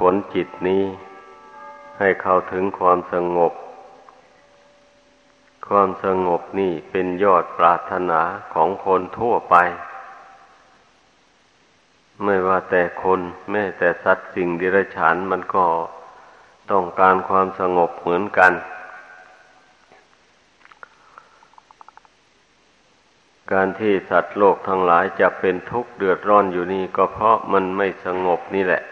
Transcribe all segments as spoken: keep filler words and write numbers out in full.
ฝนจิตนี้ให้เข้าถึงความสงบความสงบนี่เป็นยอดปรารถนาของคนทั่วไปไม่ว่าแต่คนแม้แต่สัตว์สิ่งเดรัจฉานมันก็ต้องการความสงบเหมือนกันการที่สัตว์โลกทั้งหลายจะเป็นทุกข์เดือดร้อนอยู่นี่ก็เพราะมันไม่สงบนี่แหละ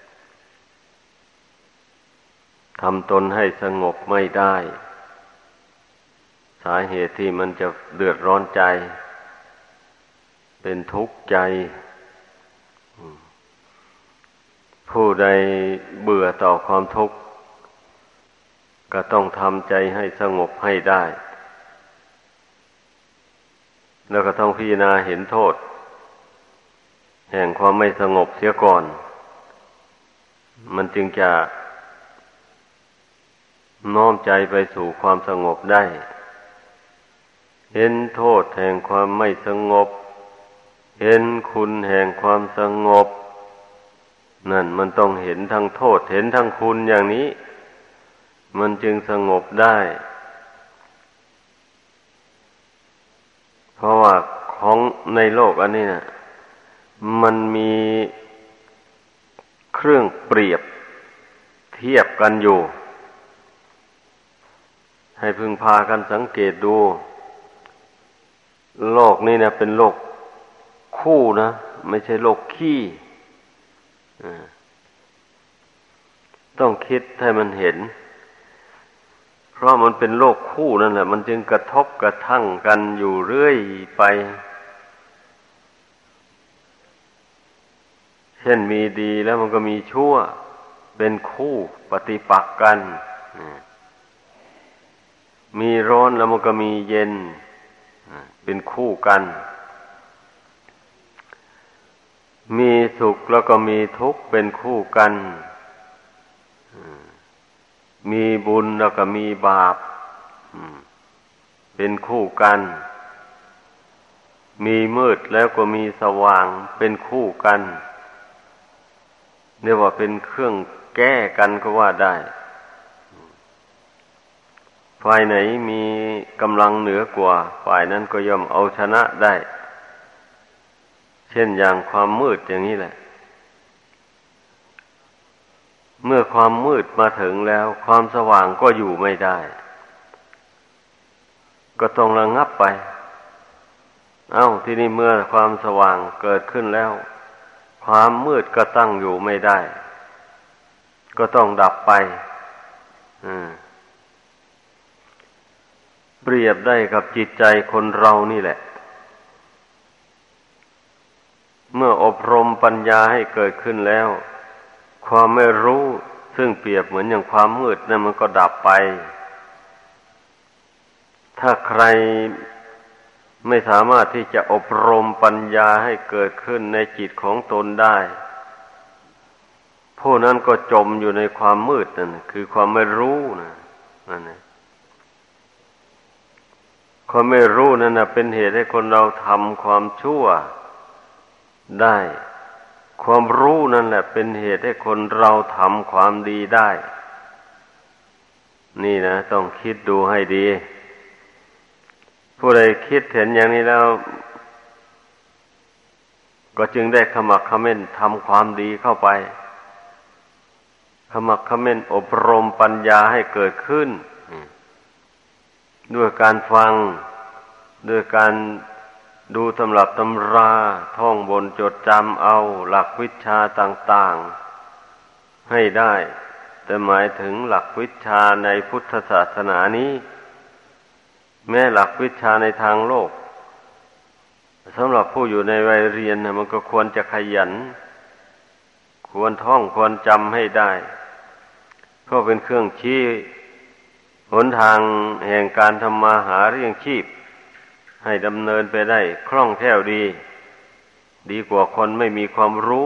ทำตนให้สงบไม่ได้สาเหตุที่มันจะเดือดร้อนใจเป็นทุกข์ใจผู้ใดเบื่อต่อความทุกข์ก็ต้องทำใจให้สงบให้ได้แล้วก็ต้องพิจารณาเห็นโทษแห่งความไม่สงบเสียก่อนมันจึงจะน้อมใจไปสู่ความสงบได้เห็นโทษแห่งความไม่สงบเห็นคุณแห่งความสงบนั่นมันต้องเห็นทั้งโทษเห็นทั้งคุณอย่างนี้มันจึงสงบได้เพราะว่าของในโลกอันนี้นะมันมีเครื่องเปรียบเทียบกันอยู่ให้พึงพากันสังเกตดูโลกนี้นะเป็นโลกคู่นะไม่ใช่โลกขี้ต้องคิดให้มันเห็นเพราะมันเป็นโลกคู่นั่นแหละมันจึงกระทบกระทั่งกันอยู่เรื่อยไปเช่นมีดีแล้วมันก็มีชั่วเป็นคู่ปฏิปักษ์กันมีร้อนแล้วมันก็มีเย็นเป็นคู่กันมีสุขแล้วก็มีทุกข์เป็นคู่กันมีบุญแล้วก็มีบาปเป็นคู่กันมีมืดแล้วก็มีสว่างเป็นคู่กันเรียกว่าเป็นเครื่องแก้กันก็ว่าได้ฝ่ายไหนมีกำลังเหนือกว่าฝ่ายนั้นก็ย่อมเอาชนะได้เช่นอย่างความมืดอย่างนี้แหละเมื่อความมืดมาถึงแล้วความสว่างก็อยู่ไม่ได้ก็ต้องระงับไปเอ้าที่นี่เมื่อความสว่างเกิดขึ้นแล้วความมืดก็ตั้งอยู่ไม่ได้ก็ต้องดับไปอืมเปรียบได้กับจิตใจคนเรานี่แหละเมื่ออบรมปัญญาให้เกิดขึ้นแล้วความไม่รู้ซึ่งเปรียบเหมือนอย่างความมืดนั่นมันก็ดับไปถ้าใครไม่สามารถที่จะอบรมปัญญาให้เกิดขึ้นในจิตของตนได้ผู้นั้นก็จมอยู่ในความมืดนั่นคือความไม่รู้นะนั่นนะความไม่รู้นั่นนะเป็นเหตุให้คนเราทำความชั่วได้ความรู้นั่นแหละเป็นเหตุให้คนเราทำความดีได้นี่นะต้องคิดดูให้ดีผู้ใดคิดเห็นอย่างนี้แล้วก็จึงได้ขมักเขม้นทำความดีเข้าไปขมักเขม้นอบรมปัญญาให้เกิดขึ้นด้วยการฟังด้วยการดูตำรับตำราท่องบนจดจำเอาหลักวิชาต่างๆให้ได้แต่หมายถึงหลักวิชาในพุทธศาสนานี้แม้หลักวิชาในทางโลกสำหรับผู้อยู่ในวัยเรียนมันก็ควรจะขยันควรท่องควรจำให้ได้เพราะเป็นเครื่องชี้หนทางแห่งการทำมาหาเลี้ยงชีพให้ดำเนินไปได้คล่องแคล่วดีดีกว่าคนไม่มีความรู้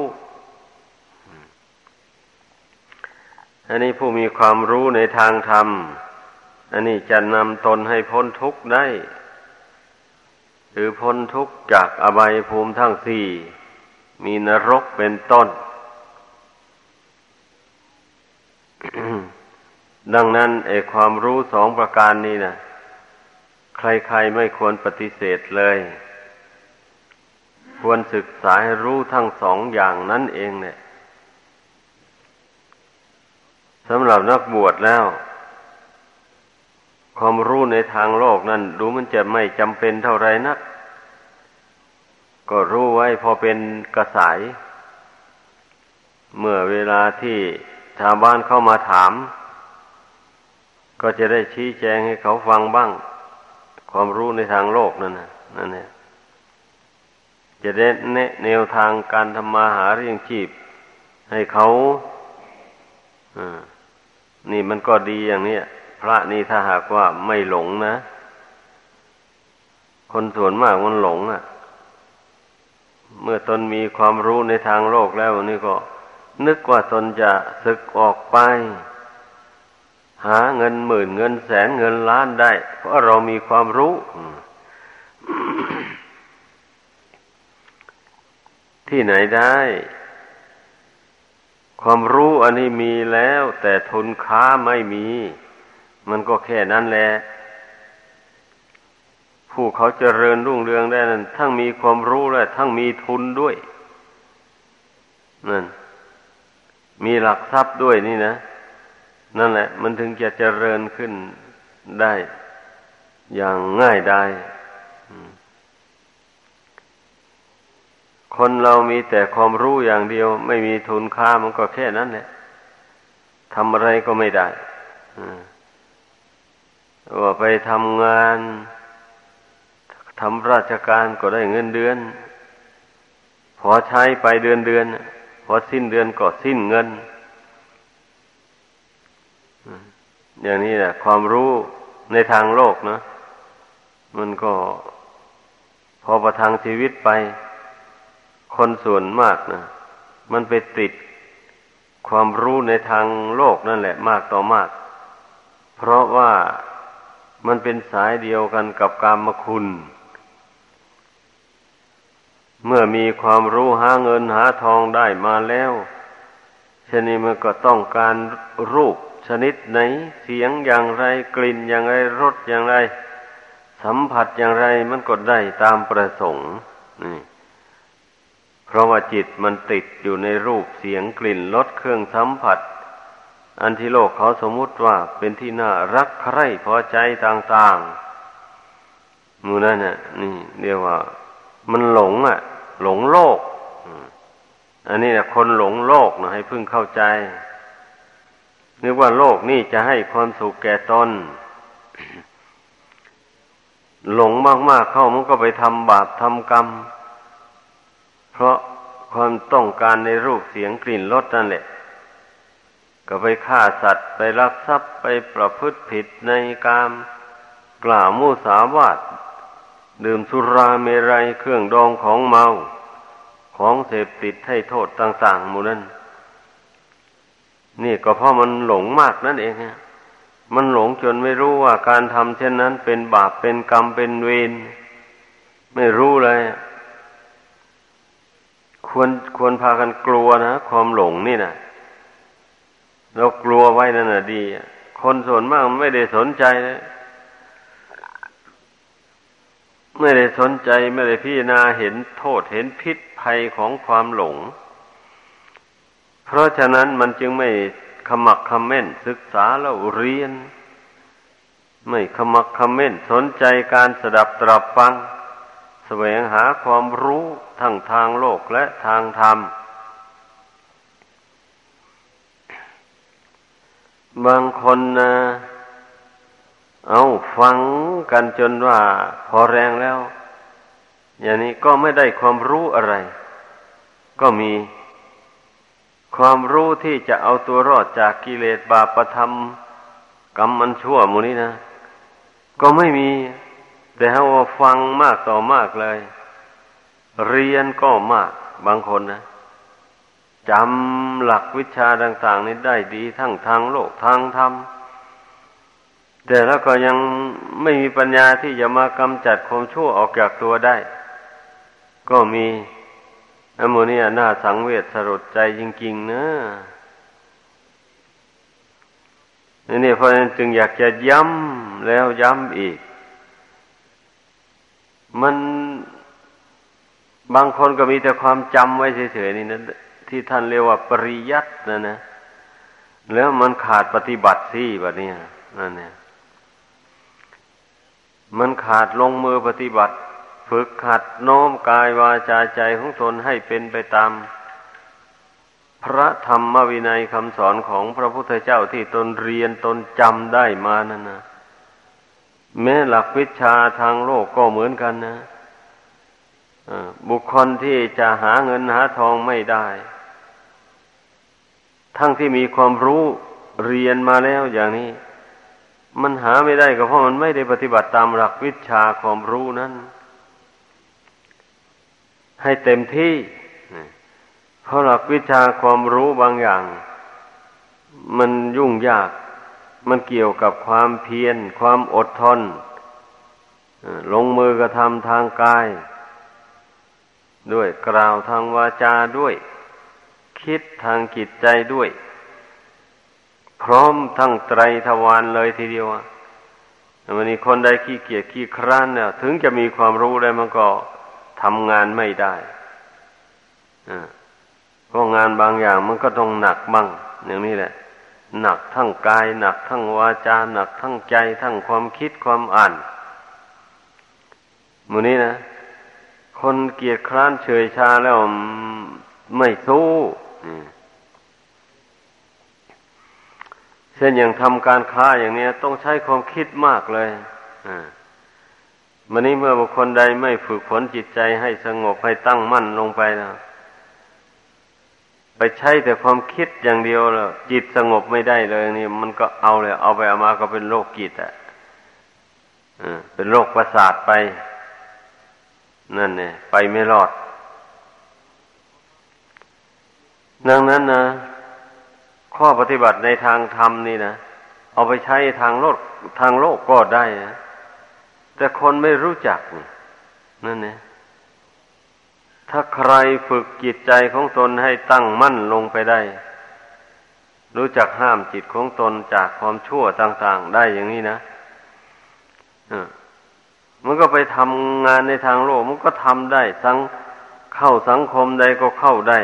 อันนี้ผู้มีความรู้ในทางธรรมอันนี้จะนำตนให้พ้นทุกข์ได้หรือพ้นทุกข์จากอบายภูมิทั้งสี่มีนรกเป็นต้นดังนั้นไอ้ความรู้สองประการนี้นะใครๆไม่ควรปฏิเสธเลยควรศึกษาให้รู้ทั้งสองอย่างนั้นเองเนี่ยสำหรับนักบวชแล้วความรู้ในทางโลกนั้นดูมันจะไม่จำเป็นเท่าไรนักก็รู้ไว้พอเป็นกระสายเมื่อเวลาที่ชาวบ้านเข้ามาถามก็จะได้ชี้แจงให้เขาฟังบ้างความรู้ในทางโลกนั่นน่ะนั่นแหละจะได้แนะแนวทางการทำมาหาเลี้ยงชีพให้เขาอ่านี่มันก็ดีอย่างนี้พระนี่ถ้าหากว่าไม่หลงนะคนส่วนมากมันหลงอ่ะเมื่อตนมีความรู้ในทางโลกแล้วนี่ก็นึกว่าตนจะสึกออกไปหาเงินหมื่นเงินแสนเงินล้านได้เพราะเรามีความรู้ ที่ไหนได้ความรู้อันนี้มีแล้วแต่ทุนค้าไม่มีมันก็แค่นั้นแหละผู้เขาเจริญรุ่งเรืองได้นั้นทั้งมีความรู้และทั้งมีทุนด้วยนั่นมีหลักทรัพย์ด้วยนี่นะนั่นแหละมันถึงจะเจริญขึ้นได้อย่างง่ายดายคนเรามีแต่ความรู้อย่างเดียวไม่มีทุนค้ามันก็แค่นั้นแหละทำอะไรก็ไม่ได้ว่าไปทำงานทำราชการก็ได้เงินเดือนพอใช้ไปเดือนเดือนพอสิ้นเดือนก็สิ้นเงินอย่างนี้แหละความรู้ในทางโลกนะมันก็พอประทังชีวิตไปคนส่วนมากนะมันไปติดความรู้ในทางโลกนั่นแหละมากต่อมากเพราะว่ามันเป็นสายเดียวกันกับกามคุณเมื่อมีความรู้หาเงินหาทองได้มาแล้วฉะนี้มันก็ต้องการรูปชนิดไหนเสียงอย่างไรกลิ่นอย่างไรรสอย่างไรสัมผัสอย่างไรมันก็ได้ตามประสงค์นี่เพราะว่าจิตมันติดอยู่ในรูปเสียงกลิ่นรสเครื่องสัมผัสอันที่โลกเขาสมมุติว่าเป็นที่น่ารักใคร่พอใจต่างๆหมู่นั่นน่ะนี่เรียกว่ามันหลงอ่ะหลงโลกอันนี้นะคนหลงโลกนะให้พึงเข้าใจนึกว่าโลกนี่จะให้ความสุขแก่ตน หลงมากๆเข้ามันก็ไปทำบาปทำกรรมเพราะความต้องการในรูปเสียงกลิ่นรสนั่นแหละก็ไปฆ่าสัตว์ไปลักทรัพย์ไปประพฤติผิดในกามกล่าวมุสาวาทดื่มสุราเมรัยเครื่องดองของเมาของเสพติดให้โทษต่างๆหมู่นั้นนี่ก็เพราะมันหลงมากนั่นเองฮะมันหลงจนไม่รู้ว่าการทำเช่นนั้นเป็นบาปเป็นกรรมเป็นเวรไม่รู้เลยควรควรพากันกลัวนะความหลงนี่นะเรากลัวไว้นั่นน่ะดีคนส่วนมากไม่ได้สนใจเลยไม่ได้สนใจไม่ได้พิจารณาเห็นโทษเห็นพิษภัยของความหลงเพราะฉะนั้นมันจึงไม่ขมักเขม้นศึกษาแล้วเรียนไม่ขมักเขม้นสนใจการสดับตรับฟังแสวงหาความรู้ทั้งทางโลกและทางธรรมบางคนนะเอาฟังกันจนว่าพอแรงแล้วอย่างนี้ก็ไม่ได้ความรู้อะไรก็มีความรู้ที่จะเอาตัวรอดจากกิเลสบาปธรรมกรรมมันชั่วหมู่นี้นะก็ไม่มีแต่ถ้าว่าฟังมากต่อมากเลยเรียนก็มากบางคนนะจำหลักวิชาต่างๆนี้ได้ดีทั้งทางโลกทางธรรมแต่แล้วก็ยังไม่มีปัญญาที่จะมากำจัดความชั่วออกจากตัวได้ก็มีอันโมนี้น่าสังเวชสลดใจจริงๆนะนี่เพราะฉะนั้นจึงอยากจะย้ำแล้วย้ำอีกมันบางคนก็มีแต่ความจำไว้เฉยๆนี่นะที่ท่านเรียกว่าปริยัตินะนะแล้วมันขาดปฏิบัติสิแบบนี้นั่นเนี่ยมันขาดลงมือปฏิบัติฝึกหัดโน้มกายวาจาใจของตนให้เป็นไปตามพระธรรมวินัยคำสอนของพระพุทธเจ้าที่ตนเรียนตนจำได้มานั่นนะแม้หลักวิชาทางโลกก็เหมือนกันนะบุคคลที่จะหาเงินหาทองไม่ได้ทั้งที่มีความรู้เรียนมาแล้วอย่างนี้มันหาไม่ได้ก็เพราะมันไม่ได้ปฏิบัติตามหลักวิชาความรู้นั้นให้เต็มที่เพราะหลักวิชาความรู้บางอย่างมันยุ่งยากมันเกี่ยวกับความเพียรความอดทนลงมือกระทำทางกายด้วยกล่าวทางวาจาด้วยคิดทางจิตใจด้วยพร้อมทั้งไตรทวารเลยทีเดียววันนี้คนใดขี้เกียจขี้คร้านเนี่ยถึงจะมีความรู้ได้มันก็ทำงานไม่ได้เพราะงานบางอย่างมันก็ต้องหนักบ้างอย่างนี้แหละหนักทั้งกายหนักทั้งวาจาหนักทั้งใจทั้งความคิดความอ่านหมู่นี้นะคนเกียจคร้านเฉยชาแล้วไม่สู้เช่นอย่างทำการค้าอย่างนี้ต้องใช้ความคิดมากเลยวันนี้เมื่อบุคคลใดไม่ฝึกฝนจิตใจให้สงบให้ตั้งมั่นลงไปนะไปใช้แต่ความคิดอย่างเดียวแล้วจิตสงบไม่ได้เลยนี่มันก็เอาเลยเอาไปเอามาก็เป็นโรคจิตอ่ะเป็นโรคประสาทไปนั่นเนี่ยไปไม่รอดดังนั้นนะข้อปฏิบัติในทางธรรมนี่นะเอาไปใช้ทางโลกทางโลกก็ได้นะแต่คนไม่รู้จักนี่นั่นเนี่ยถ้าใครฝึกจิตใจของตนให้ตั้งมั่นลงไปได้รู้จักห้ามจิตของตนจากความชั่วต่างๆได้อย่างนี้นะมันก็ไปทำงานในทางโลกมันก็ทำได้สังเข้าสังคมใดก็เข้าได้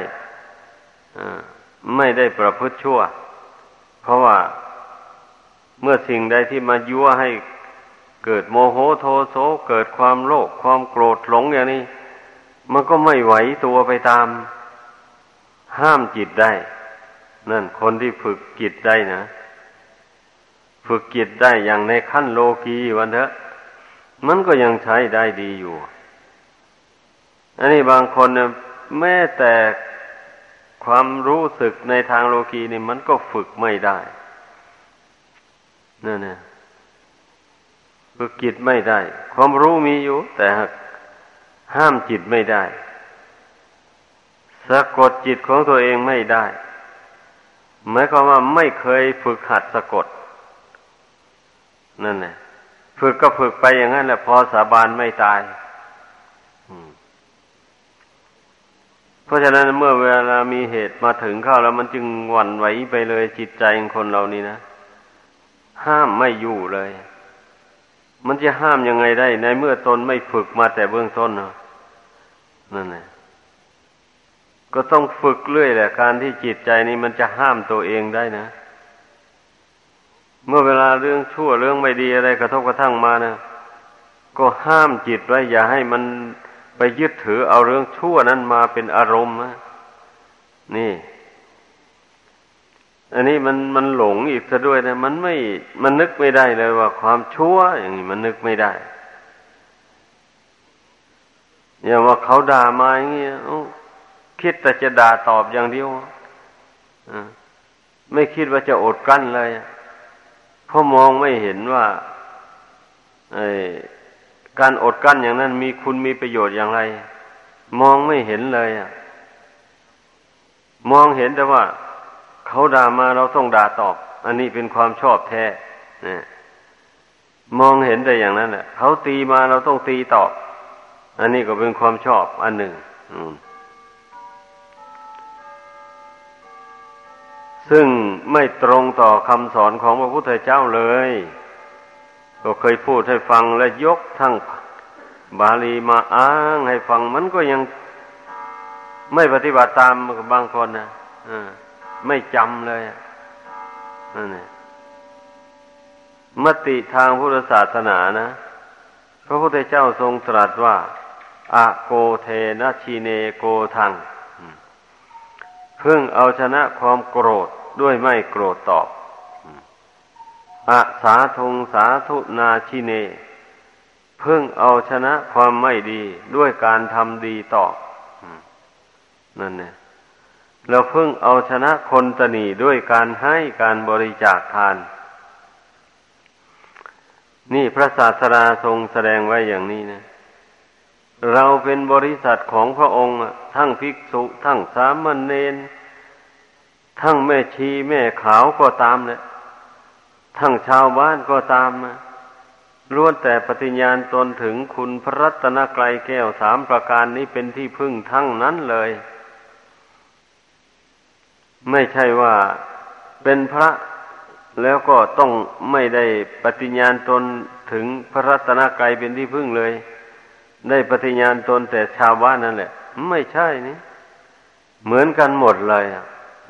ไม่ได้ประพฤติชั่วเพราะว่าเมื่อสิ่งใดที่มายั่วให้เกิดโมโหโทโสเกิดความโลภความโกรธหลงอย่างนี้มันก็ไม่ไหวตัวไปตามห้ามจิตได้นั่นคนที่ฝึกจิตได้นะฝึกจิตได้อย่างในขั้นโลกีวันเถอะมันก็ยังใช้ได้ดีอยู่อันนี้บางคนเนี่ยแม้แต่ความรู้สึกในทางโลกีนี่มันก็ฝึกไม่ได้นั่นเนี่ยฝึกจิตไม่ได้ความรู้มีอยู่แต่ห้ามจิตไม่ได้สะกดจิตของตัวเองไม่ได้หมายความว่าไม่เคยฝึกหัดสะกดนั่นแหละฝึกก็ฝึกไปอย่างนั้นแหละพอสาบานไม่ตายเพราะฉะนั้นเมื่อเวลามีเหตุมาถึงเข้าแล้วมันจึงหวั่นไหวไปเลยจิตใจของคนเรานี่นะห้ามไม่อยู่เลยมันจะห้ามยังไงได้ในเมื่อตนไม่ฝึกมาแต่เบื้องต้นเนาะนั่นแหละก็ต้องฝึกเรื่อยแหละการที่จิตใจนี้มันจะห้ามตัวเองได้นะเมื่อเวลาเรื่องชั่วเรื่องไม่ดีอะไรกระทบกระทั่งมานะก็ห้ามจิตไว้อย่าให้มันไปยึดถือเอาเรื่องชั่วนั้นมาเป็นอารมณ์นะนี่อันนี้มันมันหลงอีกซะด้วยนะมันไม่มันนึกไม่ได้เลยว่าความชั่วอย่างนี้มันนึกไม่ได้อย่างว่าเขาด่ามาอย่างนี้คิดแต่จะด่าตอบอย่างเดียวไม่คิดว่าจะอดกั้นเลยเพราะมองไม่เห็นว่าการอดกั้นอย่างนั้นมีคุณมีประโยชน์อย่างไรมองไม่เห็นเลยมองเห็นแต่ว่าเขาด่ามาเราต้องด่าตอบอันนี้เป็นความชอบแท้เนี่ยมองเห็นแต่อย่างนั้นแหละเขาตีมาเราต้องตีตอบอันนี้ก็เป็นความชอบอันสซึ่งไม่ตรงต่อคำสอนของพระพุทธเจ้าเลยก็เคยพูดให้ฟังและยกทั้งบาลีมาอ้างให้ฟังมันก็ยังไม่ปฏิบัติตามบางคนนะไม่จำเลยนั่นแหละมติทางพุทธศาสนานะพระพุทธเจ้าทรงตรัสว่าอะโกเทนะชีเนโกทังเพิ่งเอาชนะความโกรธด้วยไม่โกรธตอบอะสาธุงสาธุนาชิเนเพิ่งเอาชนะความไม่ดีด้วยการทำดีตอบนั่นเนี่ยแล้วเพิ่งเอาชนะคนตนีด้วยการให้การบริจาคทานนี่พระศาสดาทรงแสดงไว้อย่างนี้นะเราเป็นบริษัทของพระองค์ทั้งภิกษุทั้งสามเณรทั้งแม่ชีแม่ขาวก็ตามเนี่ยทั้งชาวบ้านก็ตามนะล้วนแต่ปฏิญาณตนถึงคุณพระรัตนกรัยแก้วสามประการนี้เป็นที่พึ่งทั้งนั้นเลยไม่ใช่ว่าเป็นพระแล้วก็ต้องไม่ได้ปฏิญาณตนถึงพระรัตนกรัยเป็นที่พึ่งเลยได้ปฏิญาณตนแต่ชาวบ้านนั่นแหละไม่ใช่นี่เหมือนกันหมดเลยอ่ะ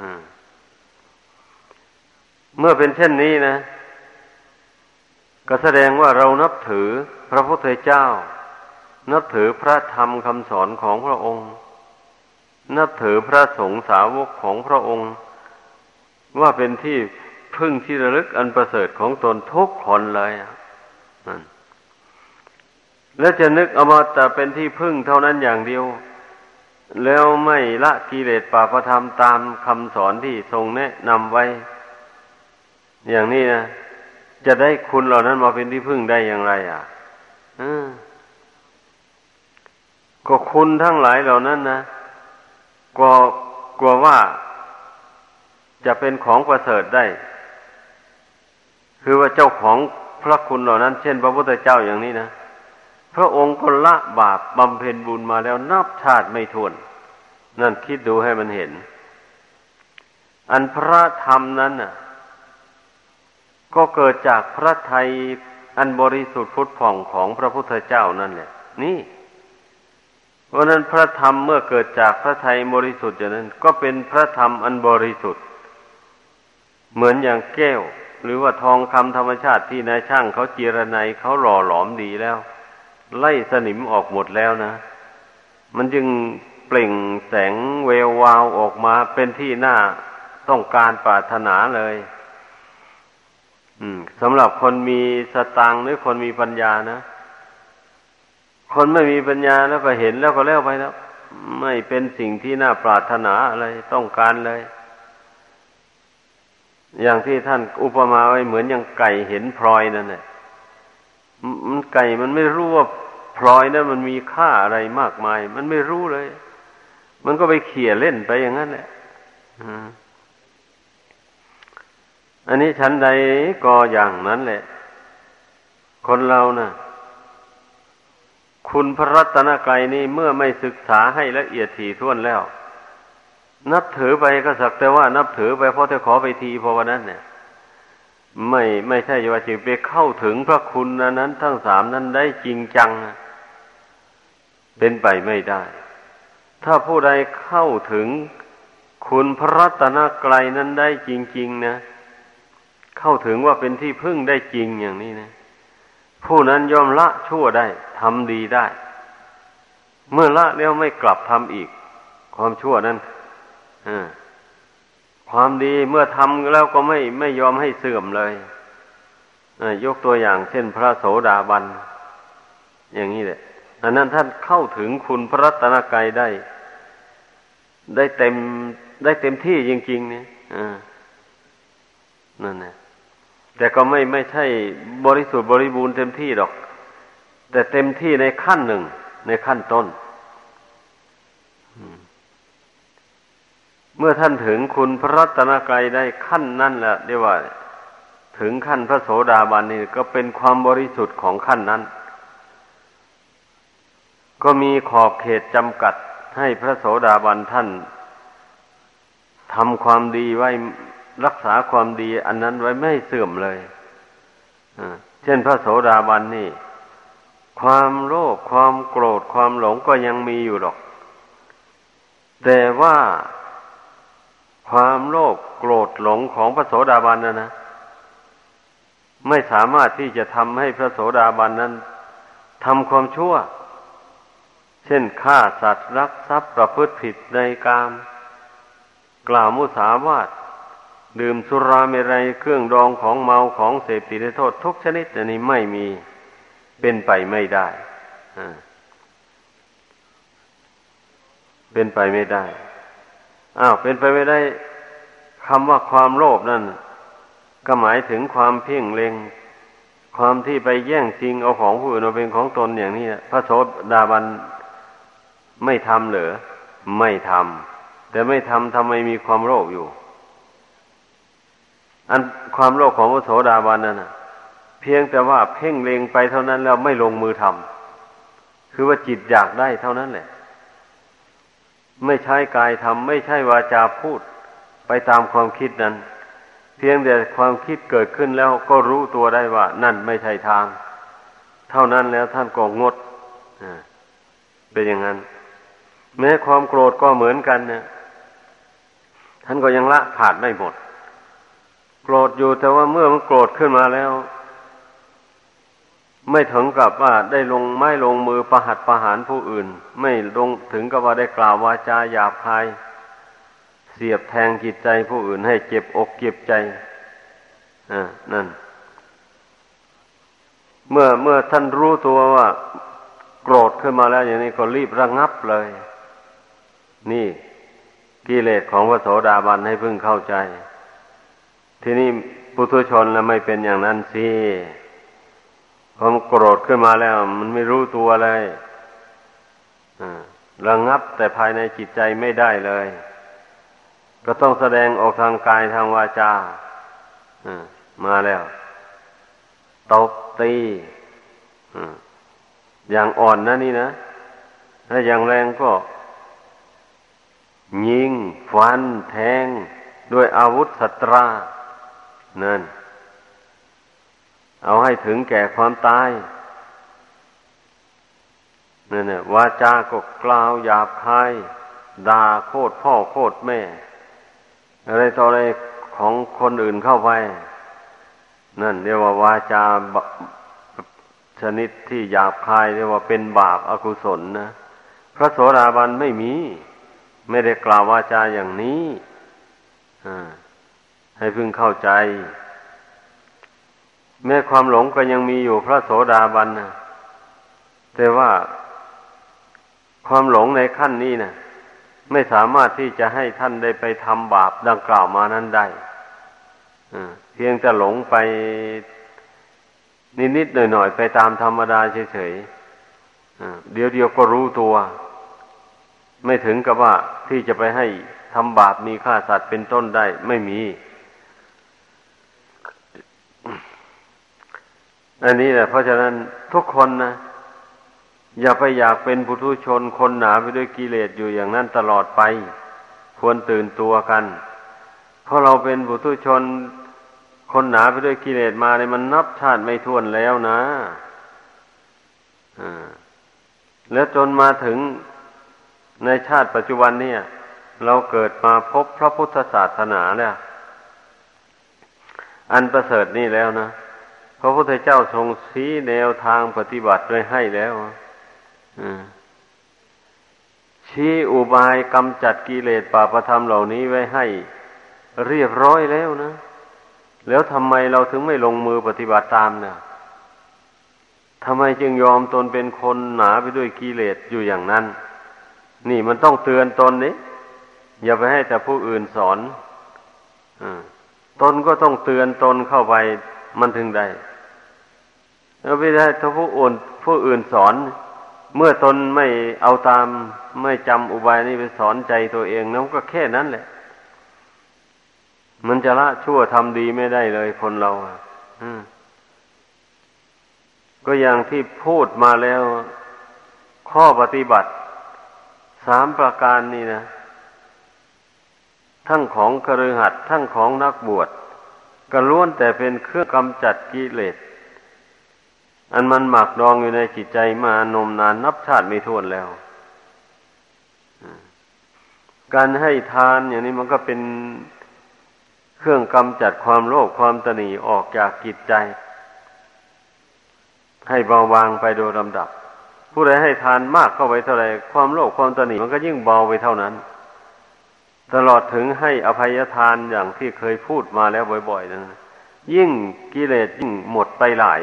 เมื่อเป็นเช่นนี้นะก็แสดงว่าเรานับถือพระพุทธเจ้านับถือพระธรรมคำสอนของพระองค์นับถือพระสงฆ์สาวกของพระองค์ว่าเป็นที่พึ่งที่ระลึกอันประเสริฐของตนทุกคนเลยนั่นแล้วจะนึกเอามาแต่เป็นที่พึ่งเท่านั้นอย่างเดียวแล้วไม่ละกิเลสปาปธรรมตามคำสอนที่ทรงแนะนำไว้อย่างนี้นะจะได้คุณเหล่านั้นมาเป็นที่พึ่งได้อย่างไรอ่ะก็คุณทั้งหลายเหล่านั้นนะกลัวกลัวว่าจะเป็นของประเสริฐได้คือว่าเจ้าของพระคุณเหล่านั้นเช่นพระพุทธเจ้าอย่างนี้นะพระองค์ก็ละบาปบำเพ็ญบุญมาแล้วนับชาติไม่ถ้วนนั่นคิดดูให้มันเห็นอันพระธรรมนั้นน่ะก็เกิดจากพระทัยอันบริสุทธิ์พุทธผ่องของพระพุทธเจ้านั่นแหละนี่เพราะนั้นพระธรรมเมื่อเกิดจากพระทัยบริสุทธิ์อย่างนั้นก็เป็นพระธรรมอันบริสุทธิ์เหมือนอย่างแก้วหรือว่าทองคำธรรมชาติที่นายช่างเขาเจรไนเขาหล่อหลอมดีแล้วไล่สนิมออกหมดแล้วนะมันจึงเปล่งแสงเวววาวออกมาเป็นที่น่าต้องการปรารถนาเลยอืมสำหรับคนมีสตางค์หรือคนมีปัญญานะคนไม่มีปัญญาแล้วก็เห็นแล้วก็แล้วไปแล้วไม่เป็นสิ่งที่น่าปรารถนาอะไรต้องการเลยอย่างที่ท่านอุปมาไว้เหมือนอย่างไก่เห็นพลอยนั่นแหละมันไก่มันไม่รู้ว่าพลอยนั้นมันมีค่าอะไรมากมายมันไม่รู้เลยมันก็ไปเขี่ยเล่นไปอย่างนั้นแหละอันนี้ชั้นใดก็อย่างนั้นแหละคนเรานะ่ะคุณพระรัตนกรัยนี่เมื่อไม่ศึกษาให้ละเอียดถี่ถ้วนแล้วนับถือไปก็สักแต่ว่านับถือไปเพราะจะขอไปทีเพราะว่านั้นเนี่ยไม่ไม่ใช่ว่าจะไปเข้าถึงพระคุณนั้นทั้งสามนั้นได้จริงจังเป็นไปไม่ได้ถ้าผู้ใดเข้าถึงคุณพระรัตนกรัยนั้นได้จริงๆนะเข้าถึงว่าเป็นที่พึ่งได้จริงอย่างนี้นะผู้นั้นย่อมละชั่วได้ทำดีได้เมื่อละแล้วไม่กลับทำอีกความชั่วนั้นความดีเมื่อทำแล้วก็ไม่ไม่ยอมให้เสื่อมเลยยกตัวอย่างเช่นพระโสดาบันอย่างนี้แหละอันนั้นท่านเข้าถึงคุณพระรัตนกรัยได้ได้เต็มได้เต็มที่จริงๆเนี่ยนั่นแหละแต่ก็ไม่ไม่ใช่บริสุทธิ์บริบูรณ์เต็มที่หรอกแต่เต็มที่ในขั้นหนึ่งในขั้นต้นเมื่อท่านถึงคุณพระรัตนกรัยได้ขั้นนั้นแหละเรียกว่าถึงขั้นพระโสดาบันนี่ก็เป็นความบริสุทธิ์ของขั้นนั้นก็มีขอบเขตจำกัดให้พระโสดาบันท่านทำความดีไว้รักษาความดีอันนั้นไว้ไม่ให้เสื่อมเลยเช่นพระโสดาบันนี่ความโลภความโกรธความหลงก็ยังมีอยู่หรอกแต่ว่าความโลภโกรธหลงของพระโสดาบันนะนะไม่สามารถที่จะทำให้พระโสดาบันนั้นทำความชั่วเช่นฆ่าสัตว์รักทรัพย์ประพฤติผิดในกามกล่าวมุสาวาทดื่มสุราเมรัยเครื่องดองของเมาของเสพติดให้โทษทุกชนิดอันนี้ไม่มีเป็นไปไม่ได้เป็นไปไม่ได้อ้าวเป็นไปไม่ได้คำว่าความโลภนั่นก็หมายถึงความเพ่งเล็งความที่ไปแย่งชิงเอาของผู้อื่นมาเป็นของตนอย่างนี้พระโสดาบันไม่ทำเหรอไม่ทำแต่ไม่ทำทำไมมีความโลภอยู่อันความโลภของพระโสดาบันนั่นน่ะเพียงแต่ว่าเพ่งเล็งไปเท่านั้นแล้วไม่ลงมือทำคือว่าจิตอยากได้เท่านั้นแหละไม่ใช่กายทำไม่ใช่วาจาพูดไปตามความคิดนั้นเพียงแต่ความคิดเกิดขึ้นแล้วก็รู้ตัวได้ว่านั่นไม่ใช่ทางเท่านั้นแล้วท่านก็งดเป็นอย่างนั้นแม้ความโกรธก็เหมือนกันเนี่ยท่านก็ยังละขาดไม่หมดโกรธอยู่แต่ว่าเมื่อมันโกรธขึ้นมาแล้วไม่ถึงกับว่าได้ลงไม้ลงมือประหัตประหารผู้อื่นไม่ลงถึงกับว่าได้กล่าววาจาหยาบคายเสียบแทงจิตใจผู้อื่นให้เจ็บอกเจ็บใจอ่านั่นเมื่อเมื่อท่านรู้ตัวว่าโกรธขึ้นมาแล้วอย่างนี้ก็รีบระงับเลยนี่กิเลสของพระโสดาบันให้พึงเข้าใจทีนี้ปุถุชนแล้วไม่เป็นอย่างนั้นสิพอมันโกรธขึ้นมาแล้วมันไม่รู้ตัวเลยระงับแต่ภายในจิตใจไม่ได้เลยก็ต้องแสดงออกทางกายทางวาจามาแล้วตบตีอย่างอ่อนนะนี่นะถ้าอย่างแรงก็ยิงฟันแทงด้วยอาวุธสัตรานั่นเอาให้ถึงแก่ความตายนั่นน่ะวาจาก็กล่าวหยาบคายด่าโคตรพ่อโคตรแม่อะไรต่ออะไรของคนอื่นเข้าไปนั่นเรียกว่าวาจาชนิดที่หยาบคายเรียกว่าเป็นบาปอกุศลนะพระโสดาบันไม่มีไม่ได้กล่าววาจาอย่างนี้ให้พึงเข้าใจแม้ความหลงก็ยังมีอยู่พระโสดาบันนะแต่ว่าความหลงในขั้นนี้นะไม่สามารถที่จะให้ท่านได้ไปทำบาปดังกล่าวมานั้นได้เพียงจะหลงไปนิดๆหน่อยๆไปตามธรรมดาเฉยๆเดี๋ยวเดียวก็รู้ตัวไม่ถึงกับว่าที่จะไปให้ทำบาปมีฆ่าสัตว์เป็นต้นได้ไม่มีอันนี้แหละเพราะฉะนั้นทุกคนนะอย่าไปอยากเป็นปุถุชนคนหนาไปด้วยกิเลสอยู่อย่างนั้นตลอดไปควรตื่นตัวกันเพราะเราเป็นปุถุชนคนหนาไปด้วยกิเลสมาเนี่ยมันนับชาติไม่ถ้วนแล้วนะอ่าแล้วจนมาถึงในชาติปัจจุบันเนี่ยเราเกิดมาพบพระพุทธศาสนาแล้วอันประเสริฐนี่แล้วนะพระพุทธเจ้าทรงชี้แนวทางปฏิบัติไว้ให้แล้วชี้อุบายกำจัดกิเลสบาปธรรมเหล่านี้ไว้ให้เรียบร้อยแล้วนะแล้วทำไมเราถึงไม่ลงมือปฏิบัติตามเนี่ยทำไมจึงยอมตนเป็นคนหนาไปด้วยกิเลสอยู่อย่างนั้นนี่มันต้องเตือนตนนี่อย่าไปให้แต่ผู้อื่นสอนตนก็ต้องเตือนตนเข้าไปมันถึงได้แล้วไม่ได้ถ้าผู้อื่นผู้อื่นสอนเมื่อตนไม่เอาตามไม่จำอุบายนี้ไปสอนใจตัวเองนั่นก็แค่นั้นแหละมันจะละชั่วทำดีไม่ได้เลยคนเราอ่ะก็อย่างที่พูดมาแล้วข้อปฏิบัติสามประการนี่นะทั้งของคฤหัสถ์ทั้งของนักบวชก็ล้วนแต่เป็นเครื่องกำจัดกิเลสอันมันหมักดองอยู่ในจิตใจมานมนานนับชาติไม่ถ้วนแล้วการให้ทานอย่างนี้มันก็เป็นเครื่องกำจัดความโลภความตณีออกจากจิตใจให้เบาบางไปโดยลำดับผู้ใดให้ทานมากเข้าไปเท่าไรความโลภความตณีมันก็ยิ่งเบาไปเท่านั้นตลอดถึงให้อภัยทานอย่างที่เคยพูดมาแล้วบ่อยๆนะยิ่งกิเลสยิ่งหมดไปหลาย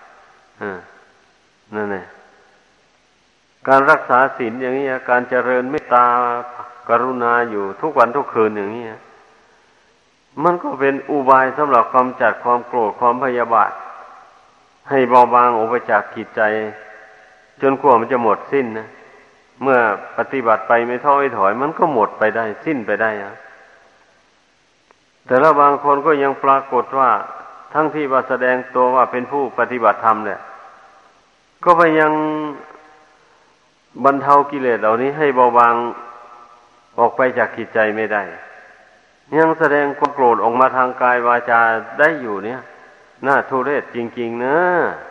นั่นแหละการรักษาศีลอย่างนี้การเจริญเมตตากรุณาอยู่ทุกวันทุกคืนอย่างนี้มันก็เป็นอุบายสำหรับกำจัดความโกรธความพยาบาทให้เบาบางออกไปจากจิตใจจนกว่ามันจะหมดสิ้นนะเมื่อปฏิบัติไปไม่ท้อไม่ถอยมันก็หมดไปได้สิ้นไปได้นะแต่ละบางคนก็ยังปรากฏว่าทั้งที่ว่าแสดงตัวว่าเป็นผู้ปฏิบัติธรรมเนี่ยก็ไปยังบรรเทากิเลสเหล่านี้ให้เบาบางออกไปจากจิตใจไม่ได้ยังแสดงความโกรธออกมาทางกายวาจาได้อยู่เนี่ยน่าทุเรศจริงๆนะ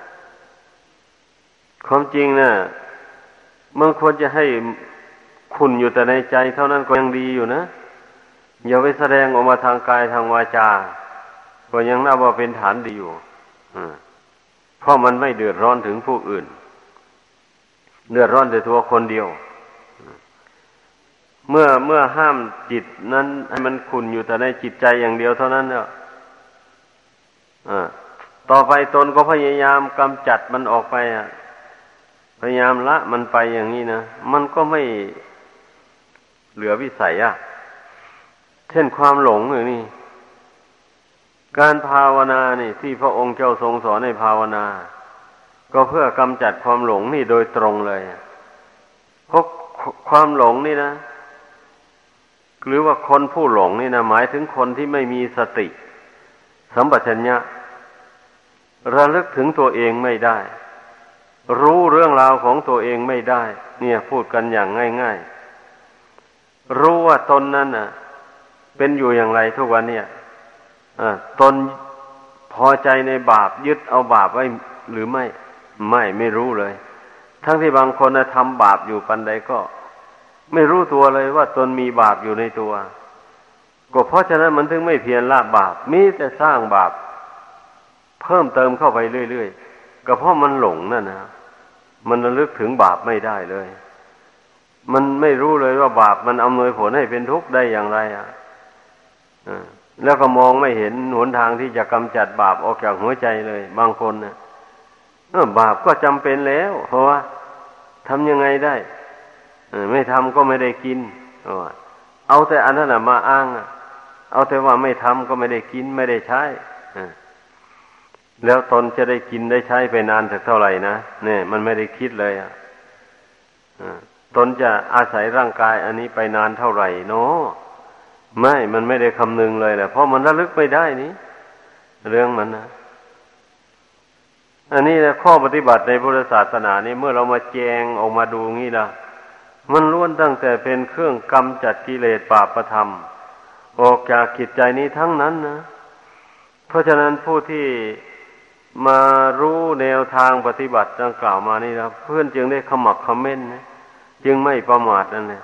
ความจริงนะมันควรจะให้ขุ่นอยู่แต่ในใจเท่านั้นก็ยังดีอยู่นะอย่าไปแสดงออกมาทางกายทางวาจาก็ยังนับว่าเป็นฐานดีอยู่เพราะมันไม่เดือดร้อนถึงผู้อื่นเดือดร้อนแต่ตัวคนเดียวเมื่อเมื่อห้ามจิตนั้นให้มันขุ่นอยู่แต่ในจิตใจอย่างเดียวเท่านั้นเนี่ยต่อไปตนก็พยายามกำจัดมันออกไปอ่ะพยายามละมันไปอย่างนี้นะมันก็ไม่เหลือวิสัยอ่ะเช่นความหลงอย่างนี้การภาวนานี่ที่พระองค์เจ้าทรงสอนให้ภาวนาก็เพื่อกำจัดความหลงนี่โดยตรงเลยเพราะความหลงนี่นะหรือว่าคนผู้หลงนี่นะหมายถึงคนที่ไม่มีสติสัมปชัญญะระลึกถึงตัวเองไม่ได้รู้เรื่องราวของตัวเองไม่ได้เนี่ยพูดกันอย่างง่ายๆรู้ว่าตนนั้นน่ะเป็นอยู่อย่างไรทุกวันเนี่ยตนพอใจในบาปยึดเอาบาปไว้หรือไม่ไม่ไม่รู้เลยทั้งที่บางคนนะทำบาปอยู่ปันใดก็ไม่รู้ตัวเลยว่าตนมีบาปอยู่ในตัวก็เพราะฉะนั้นมันถึงไม่เพียรละบาปมีแต่สร้างบาปเพิ่มเติมเข้าไปเรื่อยๆก็เพราะมันหลงนั่นนะมันระลึกถึงบาปไม่ได้เลยมันไม่รู้เลยว่าบาปมันอำนวยผลให้เป็นทุกข์ได้อย่างไรอ่ะแล้วก็มองไม่เห็นหนทางที่จะกำจัดบาปออกจากหัวใจเลยบางคนนะบาปก็จำเป็นแล้วเพราะว่าทำยังไงได้ไม่ทำก็ไม่ได้กินเอาแต่อันนั้นมาอ้างเอาแต่ว่าไม่ทำก็ไม่ได้กินไม่ได้ใช้แล้วตนจะได้กินได้ใช้ไปนานสักเท่าไหร่นะเนี่ยมันไม่ได้คิดเลยอ่ะตนจะอาศัยร่างกายอันนี้ไปนานเท่าไหร่เนาะไม่มันไม่ได้คำนึงเลยแหละเพราะมันระลึกไม่ได้นี่เรื่องมันนะอันนี้นะข้อปฏิบัติในพุทธศาสนานี่เมื่อเรามาแจงออกมาดูงี้นะมันล้วนตั้งแต่เป็นเครื่องกำจัดกิเลสบาปธรรมออกจากจิตใจนี้ทั้งนั้นนะเพราะฉะนั้นผู้ที่มารู้แนวทางปฏิบัติดังกล่าวมานี่นะเพื่อนจึงได้ขมักเขม้นนะจึงไม่ประมาทนั่นแหละ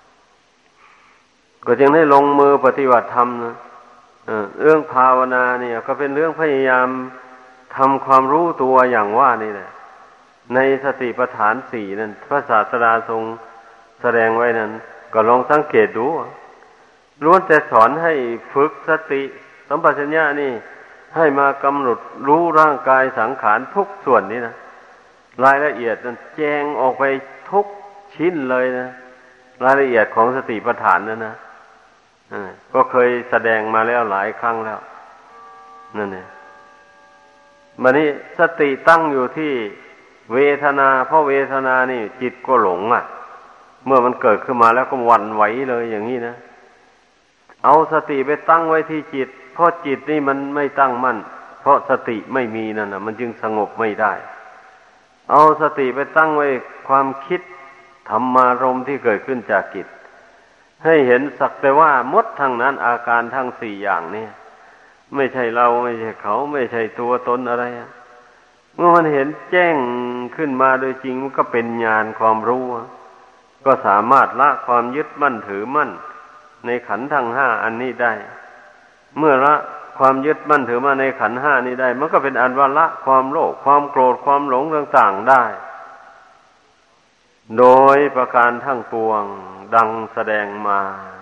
ก็จึงได้ลงมือปฏิบัติธรรมนะเรื่องภาวนาเนี่ยก็เป็นเรื่องพยายามทำความรู้ตัวอย่างว่านี่แหละในสติปัฏฐานสี่นั่นพระศาสดาทรงแสดงไว้นั้นก็ลองสังเกตดูล้วนแต่สอนให้ฝึกสติสัมปชัญญะนี่ให้มากำหนดรู้ร่างกายสังขารทุกส่วนนี้นะรายละเอียดนั้นแจงออกไปทุกชิ้นเลยนะรายละเอียดของสติปัฏฐานนั่นนะก็เคยแสดงมาแล้วหลายครั้งแล้วนั่นเองบัดนี้สติตั้งอยู่ที่เวทนาเพราะเวทนานี่จิตก็หลงอ่ะเมื่อมันเกิดขึ้นมาแล้วก็หวั่นไหวเลยอย่างนี้นะเอาสติไปตั้งไว้ที่จิตเพราะจิตนี่มันไม่ตั้งมั่นเพราะสติไม่มีนั่นน่ะมันจึงสงบไม่ได้เอาสติไปตั้งไว้ความคิดธรรมารมณ์ที่เกิดขึ้นจากจิตให้เห็นสักแต่ว่ามดทั้งนั้นอาการทั้งสี่อย่างนี้ไม่ใช่เราไม่ใช่เขาไม่ใช่ตัวตนอะไรเมื่อมันเห็นแจ้งขึ้นมาโดยจริงมันก็เป็นญาณความรู้ก็สามารถละความยึดมั่นถือมั่นในขันธ์ทั้งห้าอันนี้ได้เมื่อละความยึดมั่นถือมั่นในขันธ์ห้านี้ได้มันก็เป็นอันว่าละความโลภความโกรธความหลงต่างๆได้โดยประการทั้งปวงดังแสดงมา